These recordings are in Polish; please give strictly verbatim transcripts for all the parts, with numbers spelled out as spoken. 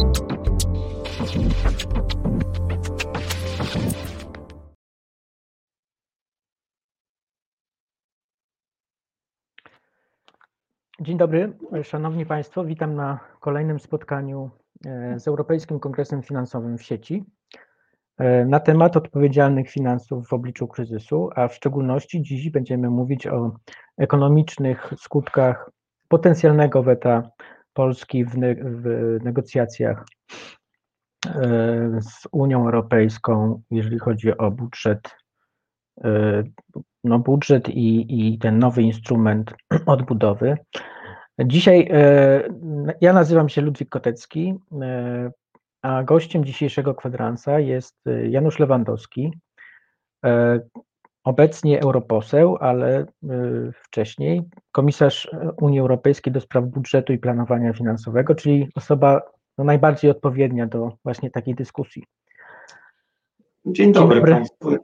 Dzień dobry, Szanowni Państwo. Witam na kolejnym spotkaniu z Europejskim Kongresem Finansowym w sieci na temat odpowiedzialnych finansów w obliczu kryzysu, a w szczególności dziś będziemy mówić o ekonomicznych skutkach potencjalnego weta Polski w, ne w negocjacjach z Unią Europejską, jeżeli chodzi o budżet, no budżet i, i ten nowy instrument odbudowy. Dzisiaj ja nazywam się Ludwik Kotecki, a gościem dzisiejszego kwadransa jest Janusz Lewandowski, obecnie europoseł, ale wcześniej komisarz Unii Europejskiej do spraw budżetu i planowania finansowego, czyli osoba no, najbardziej odpowiednia do właśnie takiej dyskusji. Dzień dobry, Dzień dobry Państwu.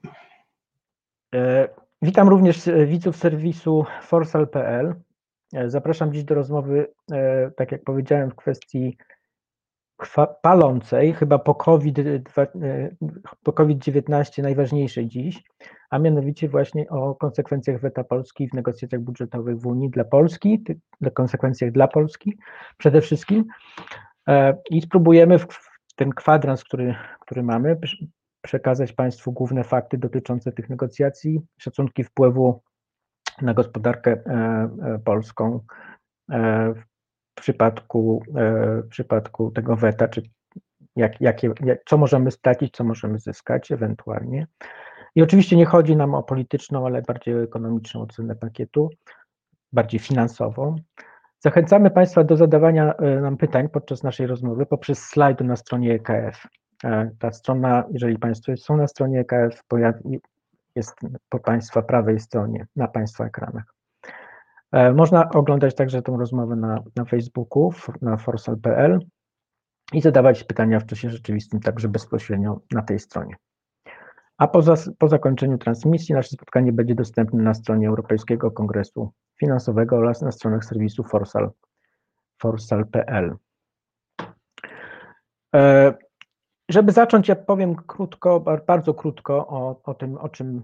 Witam również widzów serwisu forsal kropka p l. Zapraszam dziś do rozmowy, tak jak powiedziałem, w kwestii palącej, chyba po COVID dziewiętnaście najważniejszej dziś, a mianowicie właśnie o konsekwencjach weta Polski w negocjacjach budżetowych w Unii dla Polski, o konsekwencjach dla Polski przede wszystkim. I spróbujemy w ten kwadrans, który, który mamy, przekazać Państwu główne fakty dotyczące tych negocjacji, szacunki wpływu na gospodarkę polską w przypadku, w przypadku tego weta, czy jak, jakie, jak, co możemy stracić, co możemy zyskać ewentualnie. I oczywiście nie chodzi nam o polityczną, ale bardziej o ekonomiczną ocenę pakietu, bardziej finansową. Zachęcamy Państwa do zadawania nam pytań podczas naszej rozmowy poprzez slajdy na stronie E K F. Ta strona, jeżeli Państwo są na stronie E K F, pojawi, jest po Państwa prawej stronie, na Państwa ekranach. Można oglądać także tę rozmowę na, na Facebooku, na forsal kropka p l i zadawać pytania w czasie rzeczywistym także bezpośrednio na tej stronie. A po, za, po zakończeniu transmisji nasze spotkanie będzie dostępne na stronie Europejskiego Kongresu Finansowego oraz na stronach serwisu forsal kropka p l. Żeby zacząć, ja powiem krótko, bardzo krótko o, o tym, o czym,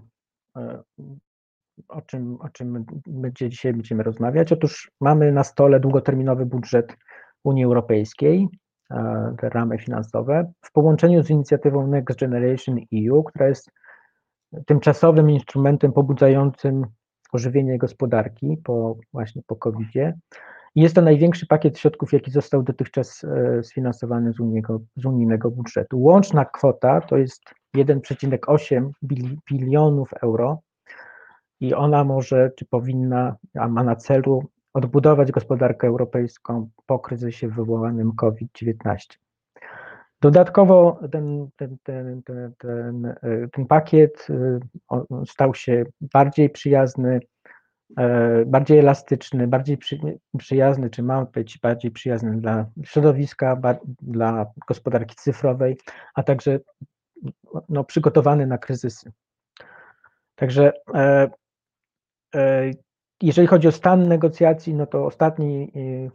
o, czym, o czym my dzisiaj będziemy rozmawiać. Otóż mamy na stole długoterminowy budżet Unii Europejskiej, te ramy finansowe, w połączeniu z inicjatywą Next Generation E U, która jest tymczasowym instrumentem pobudzającym ożywienie gospodarki po, właśnie po kowidzie. Jest to największy pakiet środków, jaki został dotychczas sfinansowany z, unijnego, z unijnego budżetu. Łączna kwota to jest jeden przecinek osiem bilionów euro i ona może, czy powinna, a ma na celu odbudować gospodarkę europejską po kryzysie wywołanym COVID dziewiętnaście. Dodatkowo ten, ten, ten, ten, ten, ten pakiet stał się bardziej przyjazny, bardziej elastyczny, bardziej przy, przyjazny, czy ma być bardziej przyjazny dla środowiska, dla gospodarki cyfrowej, a także no, przygotowany na kryzysy. Także e, e, jeżeli chodzi o stan negocjacji, no to ostatni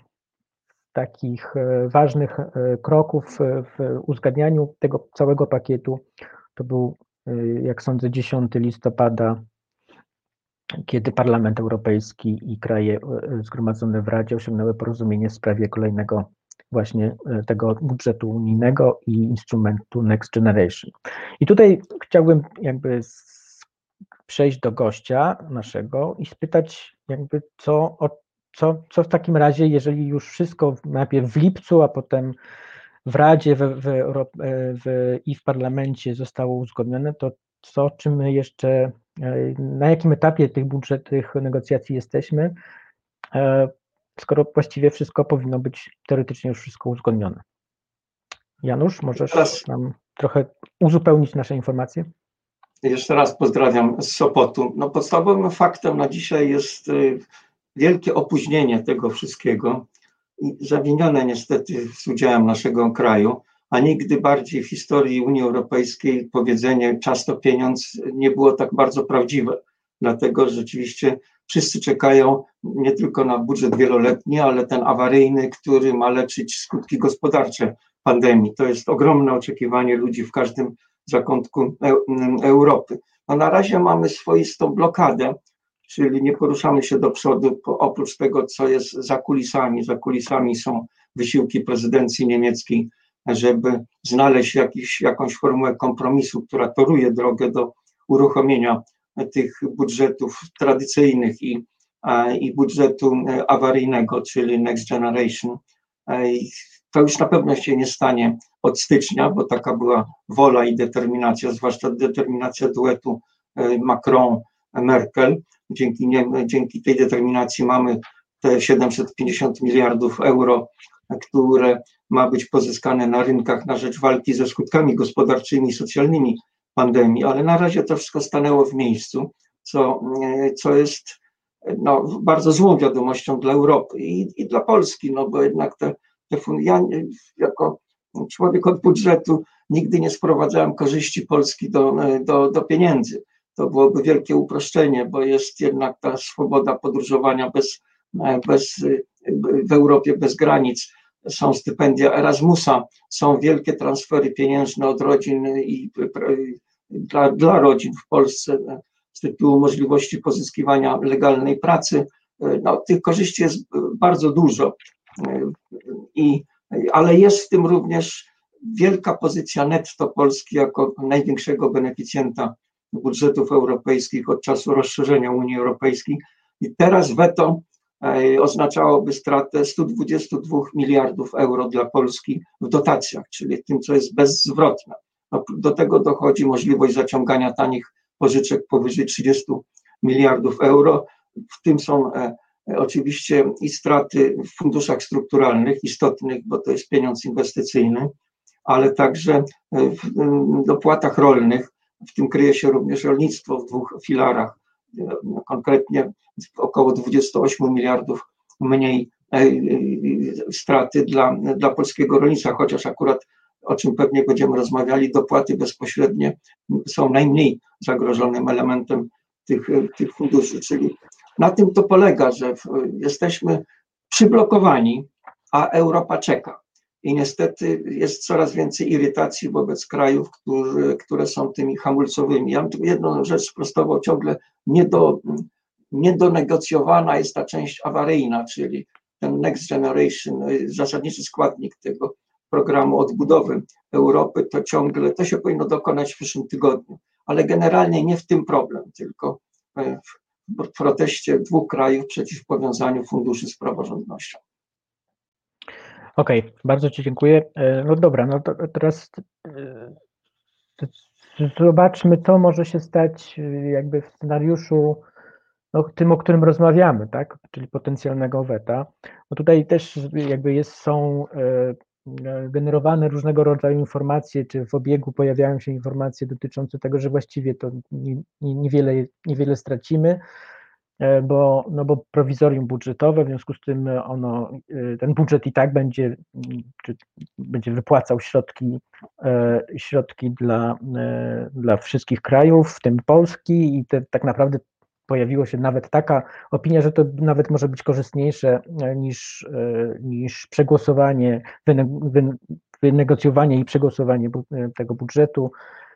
takich ważnych kroków w uzgadnianiu tego całego pakietu to był, jak sądzę, dziesiątego listopada, kiedy Parlament Europejski i kraje zgromadzone w Radzie osiągnęły porozumienie w sprawie kolejnego właśnie tego budżetu unijnego i instrumentu Next Generation. I tutaj chciałbym jakby przejść do gościa naszego i spytać jakby co, co, co w takim razie, jeżeli już wszystko najpierw w lipcu, a potem w Radzie w, w, w, i w Parlamencie zostało uzgodnione, to co, czy my jeszcze, na jakim etapie tych budżet, tych negocjacji jesteśmy, skoro właściwie wszystko powinno być teoretycznie już wszystko uzgodnione. Janusz, możesz Teraz nam trochę uzupełnić nasze informacje? Jeszcze raz pozdrawiam z Sopotu. No, podstawowym faktem na dzisiaj jest wielkie opóźnienie tego wszystkiego, zawinione niestety z udziałem naszego kraju, a nigdy bardziej w historii Unii Europejskiej powiedzenie czas to pieniądz nie było tak bardzo prawdziwe, dlatego rzeczywiście wszyscy czekają nie tylko na budżet wieloletni, ale ten awaryjny, który ma leczyć skutki gospodarcze pandemii. To jest ogromne oczekiwanie ludzi w każdym zakątku Europy. No na razie mamy swoistą blokadę, czyli nie poruszamy się do przodu, oprócz tego, co jest za kulisami. Za kulisami są wysiłki prezydencji niemieckiej, żeby znaleźć jakiś, jakąś formułę kompromisu, która toruje drogę do uruchomienia tych budżetów tradycyjnych i, i budżetu awaryjnego, czyli Next Generation. To już na pewno się nie stanie od stycznia, bo taka była wola i determinacja, zwłaszcza determinacja duetu Macron-Merkel. Dzięki, nie, dzięki tej determinacji mamy te siedemset pięćdziesiąt miliardów euro, które ma być pozyskane na rynkach na rzecz walki ze skutkami gospodarczymi i socjalnymi pandemii, ale na razie to wszystko stanęło w miejscu, co, co jest no, bardzo złą wiadomością dla Europy i, i dla Polski, no bo jednak te, te ja jako człowiek od budżetu nigdy nie sprowadzałem korzyści Polski do, do, do pieniędzy. To byłoby wielkie uproszczenie, bo jest jednak ta swoboda podróżowania bez, bez, w Europie bez granic. Są stypendia Erasmusa, są wielkie transfery pieniężne od rodzin i dla, dla rodzin w Polsce z tytułu możliwości pozyskiwania legalnej pracy. No, tych korzyści jest bardzo dużo, I, ale jest w tym również wielka pozycja netto Polski jako największego beneficjenta budżetów europejskich od czasu rozszerzenia Unii Europejskiej. I teraz weto oznaczałoby stratę stu dwudziestu dwóch miliardów euro dla Polski w dotacjach, czyli tym, co jest bezzwrotne. No, do tego dochodzi możliwość zaciągania tanich pożyczek powyżej trzydziestu miliardów euro. W tym są e, oczywiście i straty w funduszach strukturalnych, istotnych, bo to jest pieniądz inwestycyjny, ale także w dopłatach rolnych. W tym kryje się również rolnictwo w dwóch filarach, konkretnie około dwudziestu ośmiu miliardów mniej straty dla, dla polskiego rolnictwa, chociaż akurat, o czym pewnie będziemy rozmawiali, dopłaty bezpośrednie są najmniej zagrożonym elementem tych, tych funduszy, czyli na tym to polega, że jesteśmy przyblokowani, a Europa czeka. I niestety jest coraz więcej irytacji wobec krajów, które, które są tymi hamulcowymi. Ja bym tu jedną rzecz sprostował, ciągle nie do, niedonegocjowana jest ta część awaryjna, czyli ten Next Generation, zasadniczy składnik tego programu odbudowy Europy, to ciągle, to się powinno dokonać w przyszłym tygodniu, ale generalnie nie w tym problem, tylko w proteście dwóch krajów przeciw powiązaniu funduszy z praworządnością. Okej, okay, bardzo Ci dziękuję. No dobra, no to teraz zobaczmy, co może się stać jakby w scenariuszu, no, tym, o którym rozmawiamy, tak, czyli potencjalnego weta. No tutaj też jakby jest, są generowane różnego rodzaju informacje, czy w obiegu pojawiają się informacje dotyczące tego, że właściwie to niewiele, niewiele stracimy, bo, no bo prowizorium budżetowe, w związku z tym ono, ten budżet i tak będzie, czy będzie wypłacał środki, środki dla, dla wszystkich krajów, w tym Polski, i te, tak naprawdę pojawiła się nawet taka opinia, że to nawet może być korzystniejsze niż, niż przegłosowanie, wynegocjowanie i przegłosowanie tego budżetu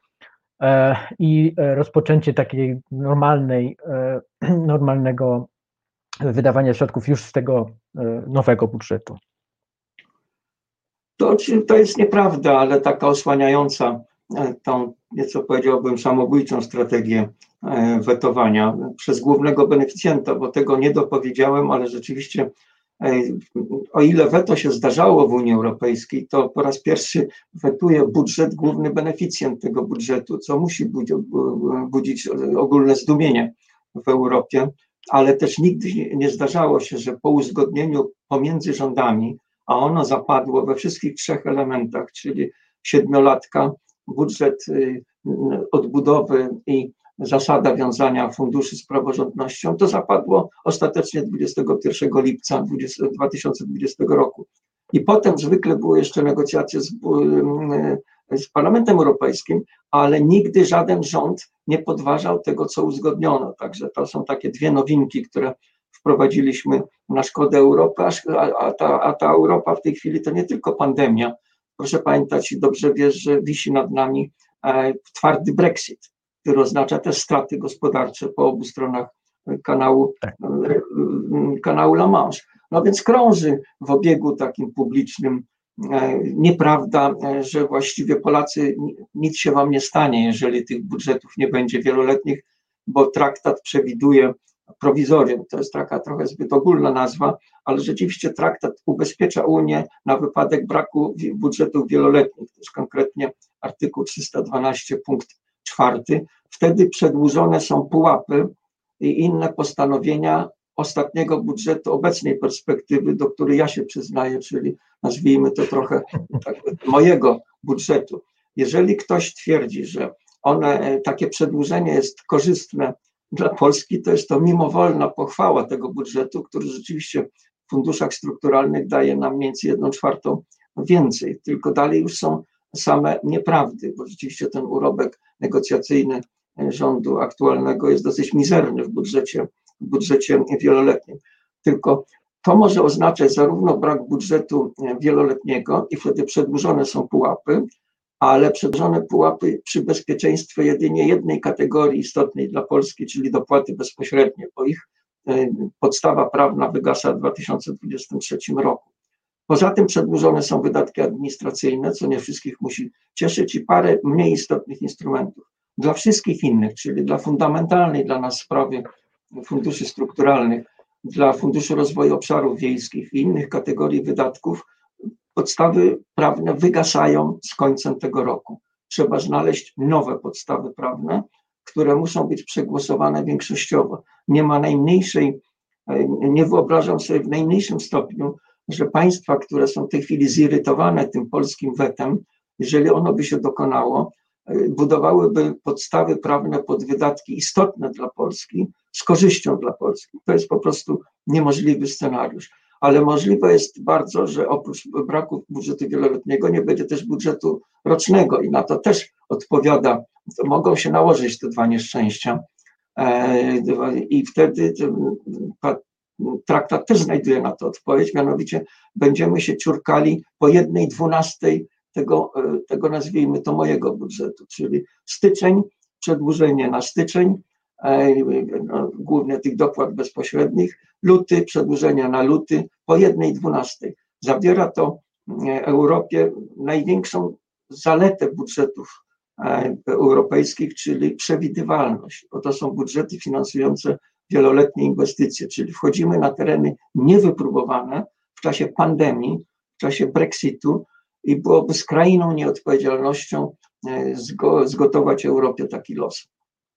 i rozpoczęcie takiej normalnej, normalnego wydawania środków już z tego nowego budżetu. To, to jest nieprawda, ale taka osłaniająca tą, nieco powiedziałbym, samobójczą strategię wetowania przez głównego beneficjenta, bo tego nie dopowiedziałem, ale rzeczywiście o ile weto się zdarzało w Unii Europejskiej, to po raz pierwszy wetuje budżet główny beneficjent tego budżetu, co musi budzić ogólne zdumienie w Europie, ale też nigdy nie zdarzało się, że po uzgodnieniu pomiędzy rządami, a ono zapadło we wszystkich trzech elementach, czyli siedmiolatka, budżet odbudowy i zasada wiązania funduszy z praworządnością, to zapadło ostatecznie dwudziestego pierwszego lipca dwa tysiące dwudziestego roku. I potem zwykle były jeszcze negocjacje z, z Parlamentem Europejskim, ale nigdy żaden rząd nie podważał tego, co uzgodniono. Także to są takie dwie nowinki, które wprowadziliśmy na szkodę Europy, a ta, a ta Europa w tej chwili to nie tylko pandemia. Proszę pamiętać i dobrze wiesz, że wisi nad nami twardy Brexit, który oznacza też straty gospodarcze po obu stronach kanału, Tak. kanału La Manche. No więc krąży w obiegu takim publicznym nieprawda, że właściwie Polacy, nic się wam nie stanie, jeżeli tych budżetów nie będzie wieloletnich, bo traktat przewiduje prowizorium. To jest taka trochę zbyt ogólna nazwa, ale rzeczywiście traktat ubezpiecza Unię na wypadek braku budżetów wieloletnich. To jest konkretnie artykuł trzysta dwanaście punkt czwarty. Wtedy przedłużone są pułapy i inne postanowienia ostatniego budżetu obecnej perspektywy, do której ja się przyznaję, czyli nazwijmy to trochę tak, mojego budżetu. Jeżeli ktoś twierdzi, że one, takie przedłużenie jest korzystne dla Polski, to jest to mimowolna pochwała tego budżetu, który rzeczywiście w funduszach strukturalnych daje nam mniej więcej jedną czwartą więcej, tylko dalej już są same nieprawdy, bo rzeczywiście ten urobek negocjacyjny rządu aktualnego jest dosyć mizerny w budżecie, w budżecie wieloletnim. Tylko to może oznaczać zarówno brak budżetu wieloletniego i wtedy przedłużone są pułapy, ale przedłużone pułapy przy bezpieczeństwie jedynie jednej kategorii istotnej dla Polski, czyli dopłaty bezpośrednie, bo ich podstawa prawna wygasa w dwa tysiące dwudziestym trzecim roku. Poza tym przedłużone są wydatki administracyjne, co nie wszystkich musi cieszyć, i parę mniej istotnych instrumentów. Dla wszystkich innych, czyli dla fundamentalnej dla nas sprawy funduszy strukturalnych, dla Funduszu Rozwoju Obszarów Wiejskich i innych kategorii wydatków, podstawy prawne wygasają z końcem tego roku. Trzeba znaleźć nowe podstawy prawne, które muszą być przegłosowane większościowo. Nie ma najmniejszej, nie wyobrażam sobie w najmniejszym stopniu, że państwa, które są w tej chwili zirytowane tym polskim wetem, jeżeli ono by się dokonało, budowałyby podstawy prawne pod wydatki istotne dla Polski z korzyścią dla Polski. To jest po prostu niemożliwy scenariusz. Ale możliwe jest bardzo, że oprócz braku budżetu wieloletniego nie będzie też budżetu rocznego i na to też odpowiada, to mogą się nałożyć te dwa nieszczęścia i wtedy traktat też znajduje na to odpowiedź, mianowicie będziemy się ciurkali po jednej dwunastej tego, tego nazwijmy to mojego budżetu, czyli styczeń, przedłużenie na styczeń, no, głównie tych dopłat bezpośrednich, luty, przedłużenia na luty, po jednej dwunastej. Zawiera to Europie największą zaletę budżetów europejskich, czyli przewidywalność, bo to są budżety finansujące wieloletnie inwestycje, czyli wchodzimy na tereny niewypróbowane w czasie pandemii, w czasie Brexitu i byłoby skrajną nieodpowiedzialnością zgotować Europie taki los.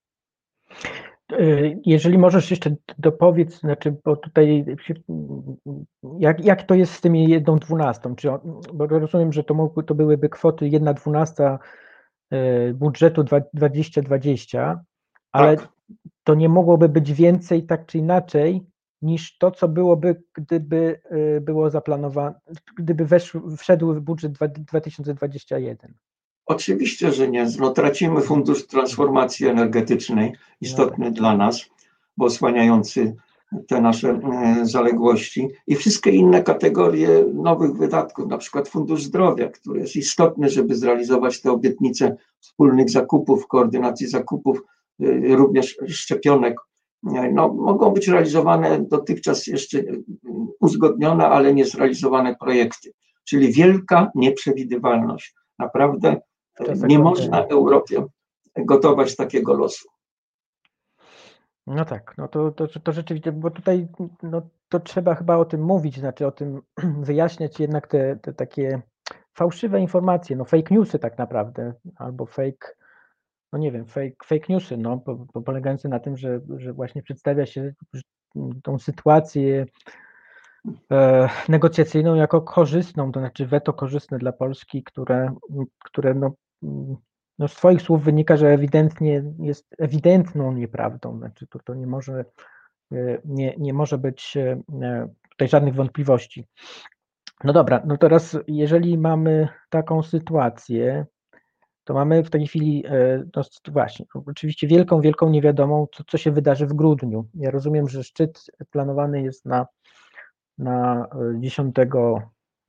Jeżeli możesz jeszcze dopowiedz, znaczy, bo tutaj jak, jak to jest z tymi jedną dwunastą? Czy on, bo rozumiem, że to, mogły, to byłyby kwoty jedna dwunasta budżetu dwadzieścia dwadzieścia, ale tak. To nie mogłoby być więcej tak czy inaczej niż to, co byłoby, gdyby było zaplanowane, gdyby weszł, wszedł w budżet dwa tysiące dwudziesty pierwszy. Oczywiście, że nie. No, tracimy fundusz transformacji energetycznej, istotny no tak. dla nas, bo osłaniający te nasze zaległości i wszystkie inne kategorie nowych wydatków, na przykład Fundusz Zdrowia, który jest istotny, żeby zrealizować te obietnice wspólnych zakupów, koordynacji zakupów, również szczepionek. No, mogą być realizowane dotychczas jeszcze uzgodnione, ale nie zrealizowane projekty, czyli wielka nieprzewidywalność. Naprawdę nie można Europie gotować takiego losu. No tak, no to, to, to rzeczywiście, bo tutaj no, to trzeba chyba o tym mówić, znaczy o tym wyjaśniać jednak te, te takie fałszywe informacje, no fake newsy tak naprawdę, albo fake, no nie wiem, fake, fake newsy, no, po, po polegające na tym, że, że właśnie przedstawia się tą sytuację e, negocjacyjną jako korzystną, to znaczy weto korzystne dla Polski, które, które no, no z Twoich słów wynika, że ewidentnie jest ewidentną nieprawdą, znaczy to, to nie może, nie, nie może być tutaj żadnych wątpliwości. No dobra, no teraz jeżeli mamy taką sytuację, to mamy w tej chwili, no właśnie, oczywiście wielką, wielką niewiadomą, co, co się wydarzy w grudniu. Ja rozumiem, że szczyt planowany jest na, na dziesiątego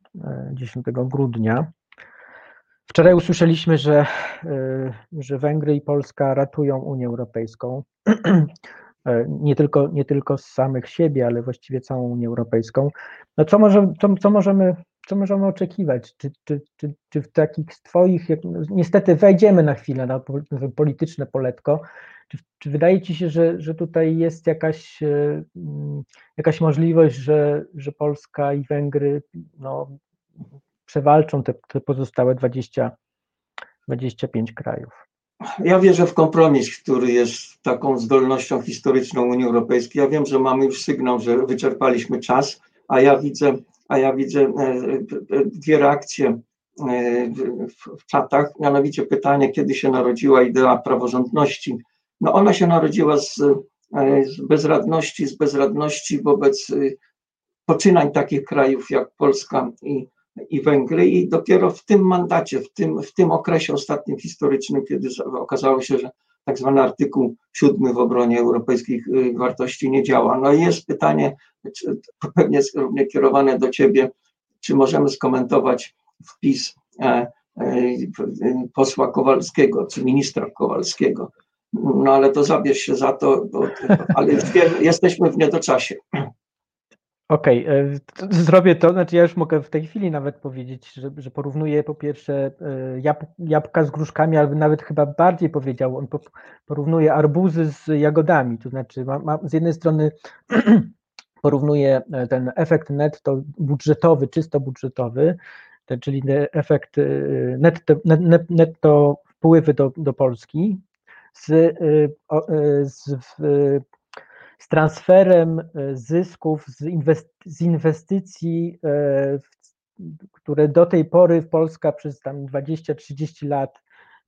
grudnia. Wczoraj usłyszeliśmy, że, że Węgry i Polska ratują Unię Europejską. Nie tylko, nie tylko z samych siebie, ale właściwie całą Unię Europejską. No co, może, co, co, możemy, co możemy oczekiwać? Czy, czy, czy, czy w takich twoich, jak, niestety wejdziemy na chwilę na polityczne poletko, czy, czy wydaje ci się, że, że tutaj jest jakaś, jakaś możliwość, że, że Polska i Węgry no, przewalczą te, te pozostałe dwadzieścia, dwadzieścia pięć krajów? Ja wierzę w kompromis, który jest taką zdolnością historyczną Unii Europejskiej. Ja wiem, że mamy już sygnał, że wyczerpaliśmy czas, a ja widzę, a ja widzę dwie reakcje w czatach, mianowicie pytanie, kiedy się narodziła idea praworządności. No ona się narodziła z, z bezradności, z bezradności wobec poczynań takich krajów jak Polska i i Węgry i dopiero w tym mandacie, w tym, w tym okresie ostatnim historycznym, kiedy okazało się, że tak zwany artykuł siódmy w obronie europejskich wartości nie działa. No i jest pytanie, czy, to pewnie jest równie kierowane do ciebie, czy możemy skomentować wpis e, e, posła Kowalskiego, czy ministra Kowalskiego. No ale to zabierz się za to, bo, ale już wiem, jesteśmy w niedoczasie. Okej, okay, zrobię to, znaczy ja już mogę w tej chwili nawet powiedzieć, że, że porównuję po pierwsze jab, jabłka z gruszkami, albo nawet chyba bardziej powiedział, on porównuje arbuzy z jagodami, to znaczy ma, ma, z jednej strony porównuje ten efekt netto budżetowy, czysto budżetowy, czyli efekt netto, net, netto wpływy do, do Polski z, z z transferem zysków z, inwest z inwestycji, które do tej pory Polska przez tam dwadzieścia trzydzieści lat,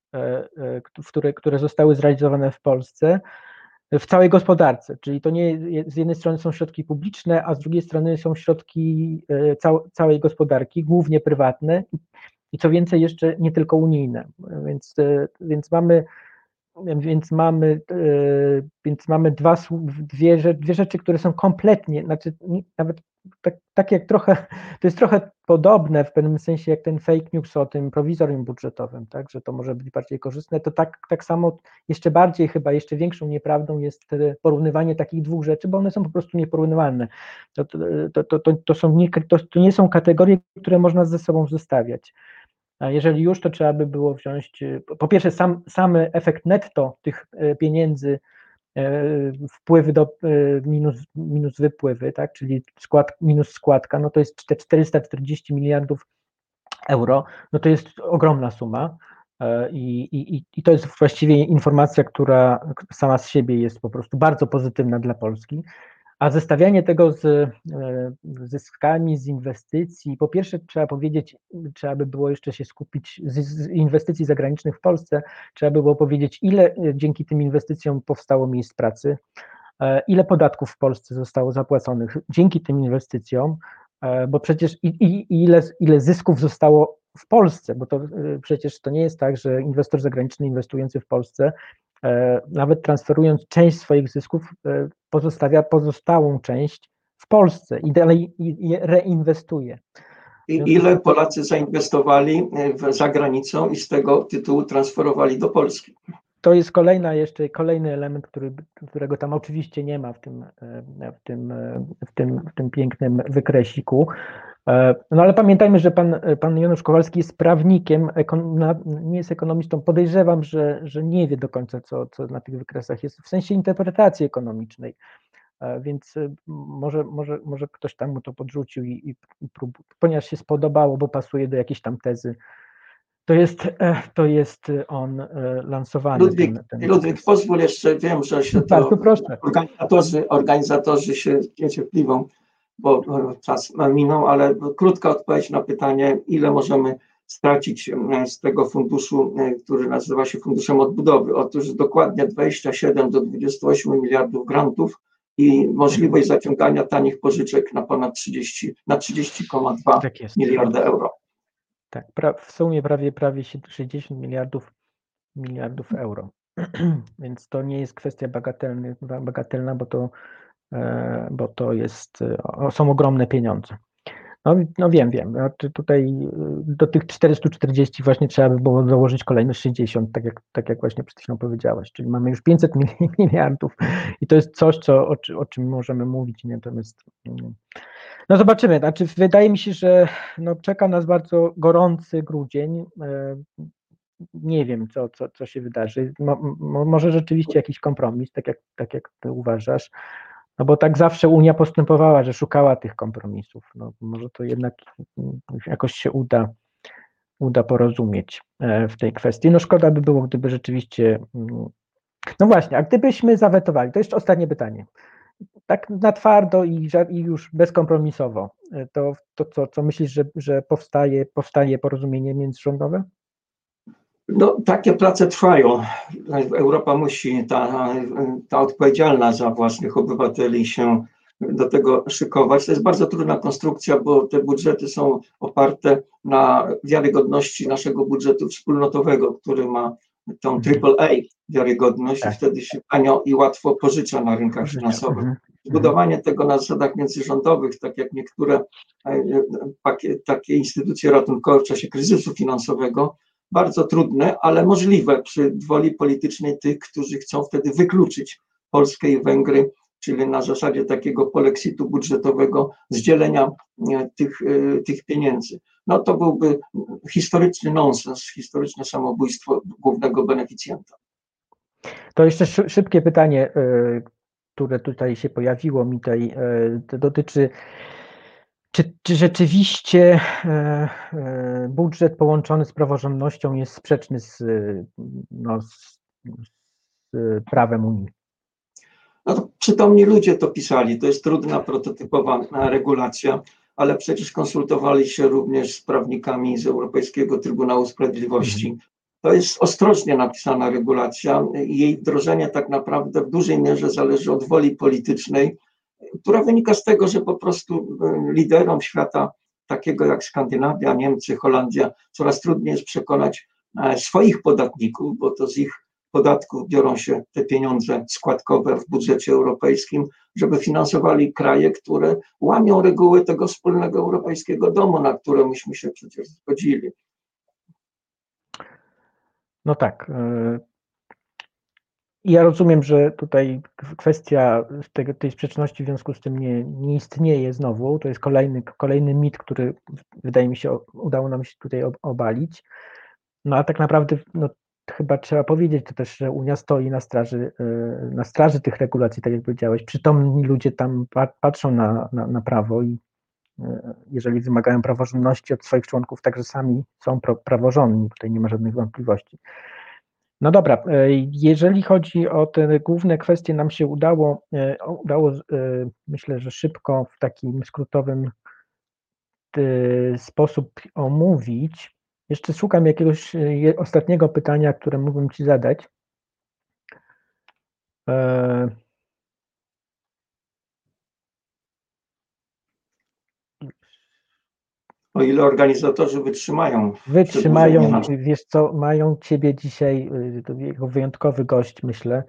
które, które zostały zrealizowane w Polsce, w całej gospodarce, czyli to nie z jednej strony są środki publiczne, a z drugiej strony są środki cał, całej gospodarki, głównie prywatne i co więcej jeszcze nie tylko unijne, więc, więc mamy Więc mamy, więc mamy dwa, dwie, dwie rzeczy, które są kompletnie, znaczy nawet tak, tak jak trochę, to jest trochę podobne w pewnym sensie jak ten fake news o tym prowizorium budżetowym, tak, że to może być bardziej korzystne, to tak, tak samo jeszcze bardziej, chyba jeszcze większą nieprawdą jest porównywanie takich dwóch rzeczy, bo one są po prostu nieporównywalne. To, to, to, to, to, są nie, to, to nie są kategorie, które można ze sobą zestawiać. A jeżeli już, to trzeba by było wziąć, po pierwsze sam, sam efekt netto tych pieniędzy, wpływy do minus, minus wypływy, tak, czyli skład, minus składka, no to jest czterysta czterdzieści miliardów euro, no to jest ogromna suma i, i, i to jest właściwie informacja, która sama z siebie jest po prostu bardzo pozytywna dla Polski. A zestawianie tego z zyskami, z inwestycji, po pierwsze trzeba powiedzieć, trzeba by było jeszcze się skupić z, z inwestycji zagranicznych w Polsce, trzeba by było powiedzieć, ile dzięki tym inwestycjom powstało miejsc pracy, ile podatków w Polsce zostało zapłaconych dzięki tym inwestycjom, bo przecież i, i, i ile, ile zysków zostało w Polsce, bo to przecież to nie jest tak, że inwestor zagraniczny inwestujący w Polsce, nawet transferując część swoich zysków, pozostawia pozostałą część w Polsce i dalej je reinwestuje. I ile Polacy zainwestowali za granicą i z tego tytułu transferowali do Polski? To jest kolejna jeszcze kolejny element, który, którego tam oczywiście nie ma w tym, w tym, w tym, w tym pięknym wykresiku. No ale pamiętajmy, że pan, pan Janusz Kowalski jest prawnikiem, nie jest ekonomistą. Podejrzewam, że, że nie wie do końca, co, co na tych wykresach jest w sensie interpretacji ekonomicznej. Więc może, może, może ktoś tam mu to podrzucił i, i prób, ponieważ się spodobało, bo pasuje do jakiejś tam tezy. To jest, to jest on lansowany. Ludwik, ten, ten Ludwik, pozwól jeszcze, wiem, że się to organizatorzy, organizatorzy się niecierpliwą, bo czas minął, ale krótka odpowiedź na pytanie, ile możemy stracić z tego funduszu, który nazywa się Funduszem Odbudowy. Otóż dokładnie dwadzieścia siedem do dwudziestu ośmiu miliardów grantów i możliwość zaciągania tanich pożyczek na ponad trzydzieści, na trzydzieści przecinek dwa tak jest, miliarda euro. Tak, w sumie prawie, prawie sześćdziesiąt miliardów miliardów euro. Więc to nie jest kwestia bagatelny, bagatelna, bo to, e, bo to jest, o, są ogromne pieniądze. No, no wiem, wiem. No, tutaj y, do tych czterystu czterdziestu właśnie trzeba by było dołożyć kolejne sześćdziesiąt, tak jak, tak jak właśnie przed chwilą powiedziałaś, czyli mamy już pięćset miliardów i to jest coś, co, o, o czym możemy mówić. Natomiast mm, no zobaczymy. Znaczy, wydaje mi się, że no, czeka nas bardzo gorący grudzień. E, Nie wiem, co, co, co się wydarzy. Mo, mo, może rzeczywiście jakiś kompromis, tak jak, tak jak ty uważasz. No bo tak zawsze Unia postępowała, że szukała tych kompromisów. No, może to jednak jakoś się uda, uda porozumieć w tej kwestii. No szkoda by było, gdyby rzeczywiście. No właśnie, a gdybyśmy zawetowali, to jeszcze ostatnie pytanie. Tak na twardo i, i już bezkompromisowo, to, to co, co myślisz, że, że powstaje, powstaje porozumienie międzyrządowe? No, takie prace trwają. Europa musi, ta, ta odpowiedzialna za własnych obywateli się do tego szykować. To jest bardzo trudna konstrukcja, bo te budżety są oparte na wiarygodności naszego budżetu wspólnotowego, który ma tą triple A wiarygodność Tak. i wtedy się tanio i łatwo pożycza na rynkach Pożycza. finansowych. Mhm. Zbudowanie tego na zasadach międzyrządowych, tak jak niektóre takie instytucje ratunkowe w czasie kryzysu finansowego, bardzo trudne, ale możliwe przy woli politycznej tych, którzy chcą wtedy wykluczyć Polskę i Węgry, czyli na zasadzie takiego polexitu budżetowego z dzielenia tych, tych pieniędzy. No to byłby historyczny nonsens, historyczne samobójstwo głównego beneficjenta. To jeszcze szybkie pytanie, które tutaj się pojawiło mi tutaj, to dotyczy, czy, czy rzeczywiście budżet połączony z praworządnością jest sprzeczny z, no, z, z prawem Unii? No to przytomni ludzie to pisali, to jest trudna, prototypowa regulacja, ale przecież konsultowali się również z prawnikami z Europejskiego Trybunału Sprawiedliwości. Mhm. To jest ostrożnie napisana regulacja i jej wdrożenie tak naprawdę w dużej mierze zależy od woli politycznej, która wynika z tego, że po prostu liderom świata takiego jak Skandynawia, Niemcy, Holandia coraz trudniej jest przekonać swoich podatników, bo to z ich podatków biorą się te pieniądze składkowe w budżecie europejskim, żeby finansowali kraje, które łamią reguły tego wspólnego europejskiego domu, na które myśmy się przecież zgodzili. No tak. Ja rozumiem, że tutaj kwestia tego, tej sprzeczności w związku z tym nie, nie istnieje znowu. To jest kolejny, kolejny mit, który wydaje mi się udało nam się tutaj obalić. No a tak naprawdę no, chyba trzeba powiedzieć to też, że Unia stoi na straży, na straży tych regulacji, tak jak powiedziałeś. Przytomni ludzie tam patrzą na, na, na prawo i jeżeli wymagają praworządności od swoich członków, także sami są praworządni. Tutaj nie ma żadnych wątpliwości. No dobra, jeżeli chodzi o te główne kwestie, nam się udało, udało myślę, że szybko w takim skrótowym sposób omówić. Jeszcze szukam jakiegoś ostatniego pytania, które mógłbym Ci zadać. O ile organizatorzy wytrzymają. Wytrzymają, wiesz co, mają Ciebie dzisiaj, to jako wyjątkowy gość, myślę.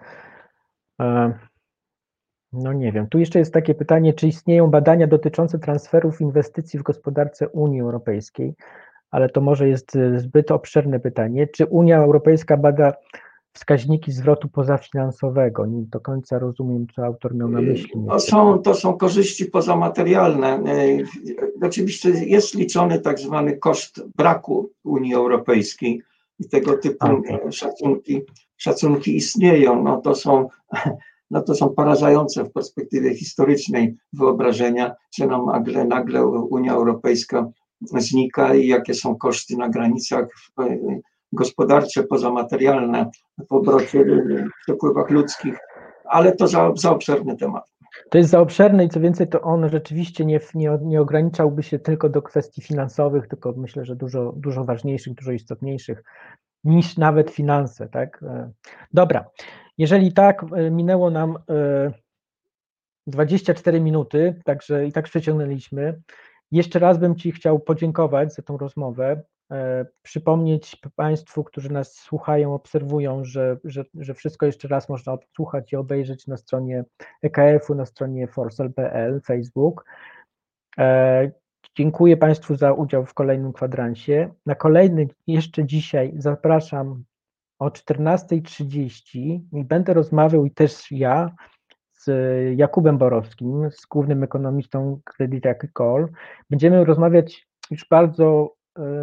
No nie wiem, tu jeszcze jest takie pytanie, czy istnieją badania dotyczące transferów inwestycji w gospodarce Unii Europejskiej, ale to może jest zbyt obszerne pytanie. Czy Unia Europejska bada wskaźniki zwrotu pozafinansowego? Nie do końca rozumiem, co autor miał na myśli. To są, to są korzyści pozamaterialne. Oczywiście jest liczony tak zwany koszt braku Unii Europejskiej i tego typu okay. szacunki, szacunki istnieją. No to są, no to są porażające w perspektywie historycznej wyobrażenia, że nam nagle, nagle Unia Europejska znika i jakie są koszty na granicach gospodarcze, pozamaterialne w obrocie, w przepływach ludzkich, ale to za, za obszerny temat. To jest za obszerny i co więcej, to on rzeczywiście nie, nie, nie ograniczałby się tylko do kwestii finansowych, tylko myślę, że dużo, dużo ważniejszych, dużo istotniejszych niż nawet finanse, tak? Dobra, jeżeli tak, minęło nam dwadzieścia cztery minuty, także i tak przeciągnęliśmy. Jeszcze raz bym Ci chciał podziękować za tą rozmowę. przypomnieć Państwu, którzy nas słuchają, obserwują, że, że, że wszystko jeszcze raz można odsłuchać i obejrzeć na stronie E K F-u, na stronie forsal kropka p l, Facebook. Dziękuję Państwu za udział w kolejnym kwadransie. Na kolejny jeszcze dzisiaj zapraszam o czternasta trzydzieści i będę rozmawiał i też ja z Jakubem Borowskim, z głównym ekonomistą Credit Agricole. Będziemy rozmawiać już bardzo,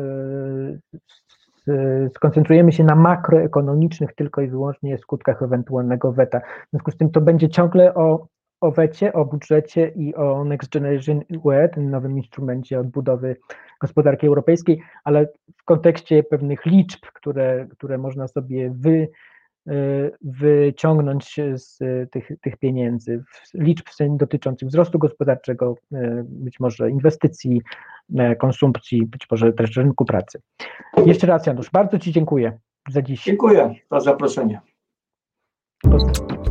yy, skoncentrujemy się na makroekonomicznych tylko i wyłącznie skutkach ewentualnego weta. W związku z tym to będzie ciągle o, o wecie, o budżecie i o Next Generation E U, tym nowym instrumencie odbudowy gospodarki europejskiej, ale w kontekście pewnych liczb, które, które można sobie wy wyciągnąć z tych, tych pieniędzy, liczb dotyczących wzrostu gospodarczego, być może inwestycji, konsumpcji, być może też rynku pracy. Jeszcze raz, Janusz, bardzo Ci dziękuję za dziś. Dziękuję za zaproszenie.